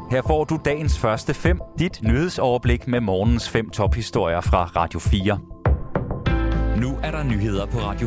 Her får du dagens første 5, dit nyhedsoverblik med morgens 5 tophistorier fra Radio 4. Nu er der nyheder på Radio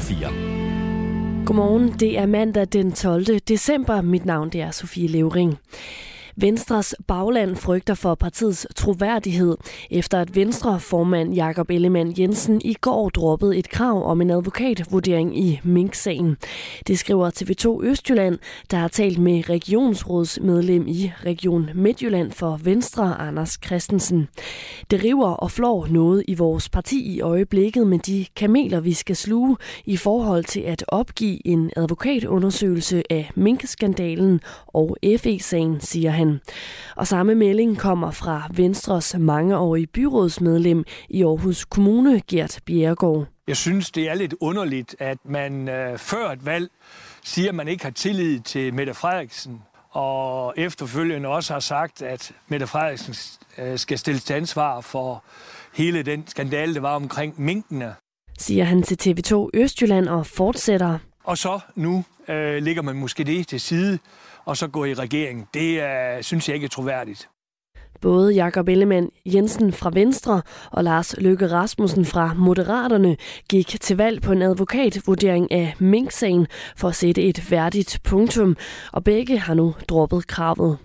4. Godmorgen, det er mandag den 12. december. Mit navn det er Sofie Levering. Venstres bagland frygter for partiets troværdighed, efter at Venstre-formand Jakob Ellemann-Jensen i går droppede et krav om en advokatvurdering i Mink-sagen. Det skriver TV2 Østjylland, der har talt med regionsrådsmedlem i Region Midtjylland for Venstre, Anders Christensen. Det river og flår noget i vores parti i øjeblikket med de kameler, vi skal sluge i forhold til at opgive en advokatundersøgelse af Mink-skandalen og FE-sagen, siger han. Og samme melding kommer fra Venstres mangeårige byrådsmedlem i Aarhus Kommune, Gert Bjerregaard. Jeg synes, det er lidt underligt, at man før et valg siger, at man ikke har tillid til Mette Frederiksen, og efterfølgende også har sagt, at Mette Frederiksen skal stilles til ansvar for hele den skandale, der var omkring minkene. Siger han til TV2 Østjylland og fortsætter. Og så nu lægger man måske det til side, og så går i regering. Det synes jeg ikke er troværdigt. Både Jakob Ellemann-Jensen fra Venstre og Lars Løkke Rasmussen fra Moderaterne gik til valg på en advokatvurdering af Mink-sagen for at sætte et værdigt punktum, og begge har nu droppet kravet.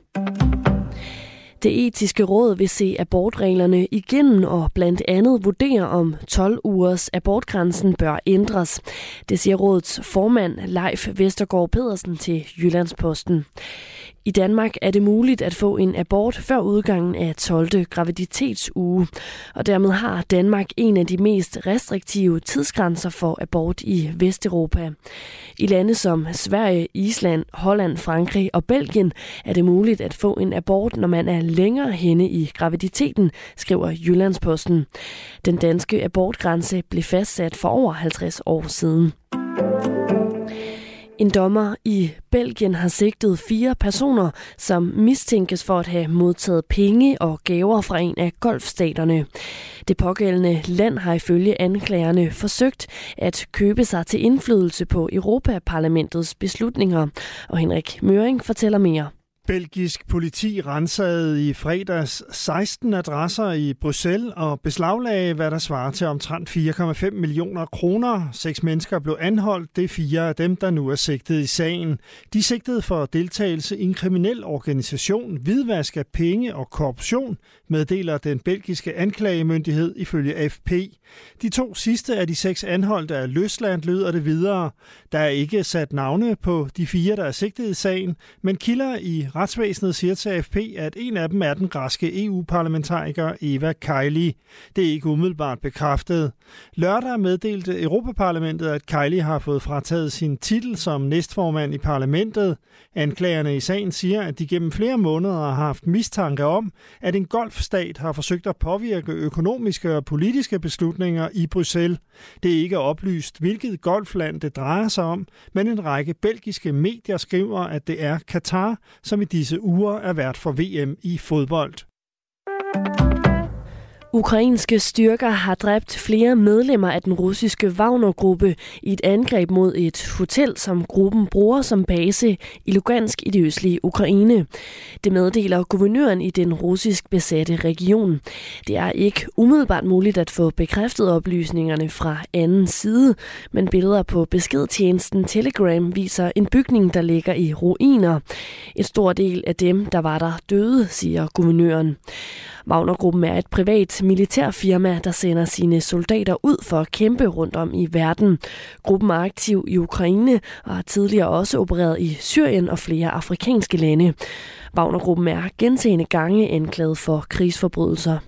Det etiske råd vil se abortreglerne igennem og blandt andet vurdere, om 12 ugers abortgrænsen bør ændres. Det siger rådets formand Leif Vestergaard Pedersen til Jyllandsposten. I Danmark er det muligt at få en abort før udgangen af 12. graviditetsuge, og dermed har Danmark en af de mest restriktive tidsgrænser for abort i Vesteuropa. I lande som Sverige, Island, Holland, Frankrig og Belgien er det muligt at få en abort, når man er længere henne i graviditeten, skriver Jyllandsposten. Den danske abortgrænse blev fastsat for over 50 år siden. En dommer i Belgien har sigtet 4 personer, som mistænkes for at have modtaget penge og gaver fra en af golfstaterne. Det pågældende land har ifølge anklagerne forsøgt at købe sig til indflydelse på Europaparlamentets beslutninger, og Henrik Møring fortæller mere. Belgisk politi rensede i fredags 16 adresser i Bruxelles og beslaglagde, hvad der svarer til omtrent 4,5 millioner kroner. 6 mennesker blev anholdt. Det er 4 af dem, der nu er sigtet i sagen. De er sigtet for deltagelse i en kriminel organisation, hvidvask af penge og korruption, meddeler den belgiske anklagemyndighed ifølge AFP. De 2 sidste af de 6 anholdte er løsladt, lyder det videre. Der er ikke sat navne på de 4, der er sigtet i sagen, men kilder i retsvæsenet siger til AFP, at en af dem er den græske EU-parlamentariker Eva Kaili. Det er ikke umiddelbart bekræftet. Lørdag meddelte Europaparlamentet, at Kaili har fået frataget sin titel som næstformand i parlamentet. Anklagerne i sagen siger, at de gennem flere måneder har haft mistanke om, at en golfstat har forsøgt at påvirke økonomiske og politiske beslutninger i Bruxelles. Det er ikke oplyst, hvilket golfland det drejer sig om, men en række belgiske medier skriver, at det er Katar, som i disse uger er vært for VM i fodbold. Ukrainske styrker har dræbt flere medlemmer af den russiske Wagner-gruppe i et angreb mod et hotel, som gruppen bruger som base i Lugansk i det østlige Ukraine. Det meddeler guvernøren i den russisk besatte region. Det er ikke umiddelbart muligt at få bekræftet oplysningerne fra anden side, men billeder på beskedtjenesten Telegram viser en bygning, der ligger i ruiner. En stor del af dem, der var der, døde, siger guvernøren. Wagner-gruppen er et privat militærfirma, der sender sine soldater ud for at kæmpe rundt om i verden. Gruppen er aktiv i Ukraine og har tidligere også opereret i Syrien og flere afrikanske lande. Wagner-gruppen er gentagne gange anklaget for krigsforbrydelser.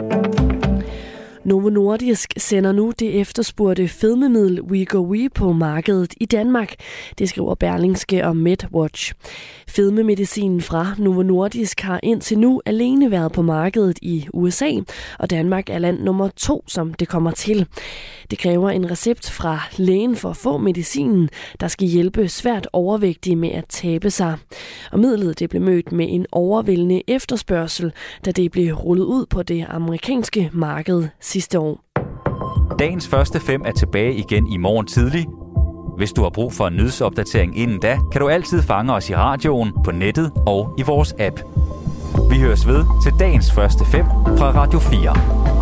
Novo Nordisk sender nu det efterspurgte fedmemiddel Wegovy på markedet i Danmark. Det skriver Berlingske og MedWatch. Fedmemedicinen fra Novo Nordisk har indtil nu alene været på markedet i USA, og Danmark er land nummer 2, som det kommer til. Det kræver en recept fra lægen for at få medicinen, der skal hjælpe svært overvægtige med at tabe sig. Og midlet det blev mødt med en overvældende efterspørgsel, da det blev rullet ud på det amerikanske marked sidste år. Dagens første 5 er tilbage igen i morgen tidlig. Hvis du har brug for en nyhedsopdatering inden da, kan du altid fange os i radioen, på nettet og i vores app. Vi høres ved til dagens første 5 fra Radio 4.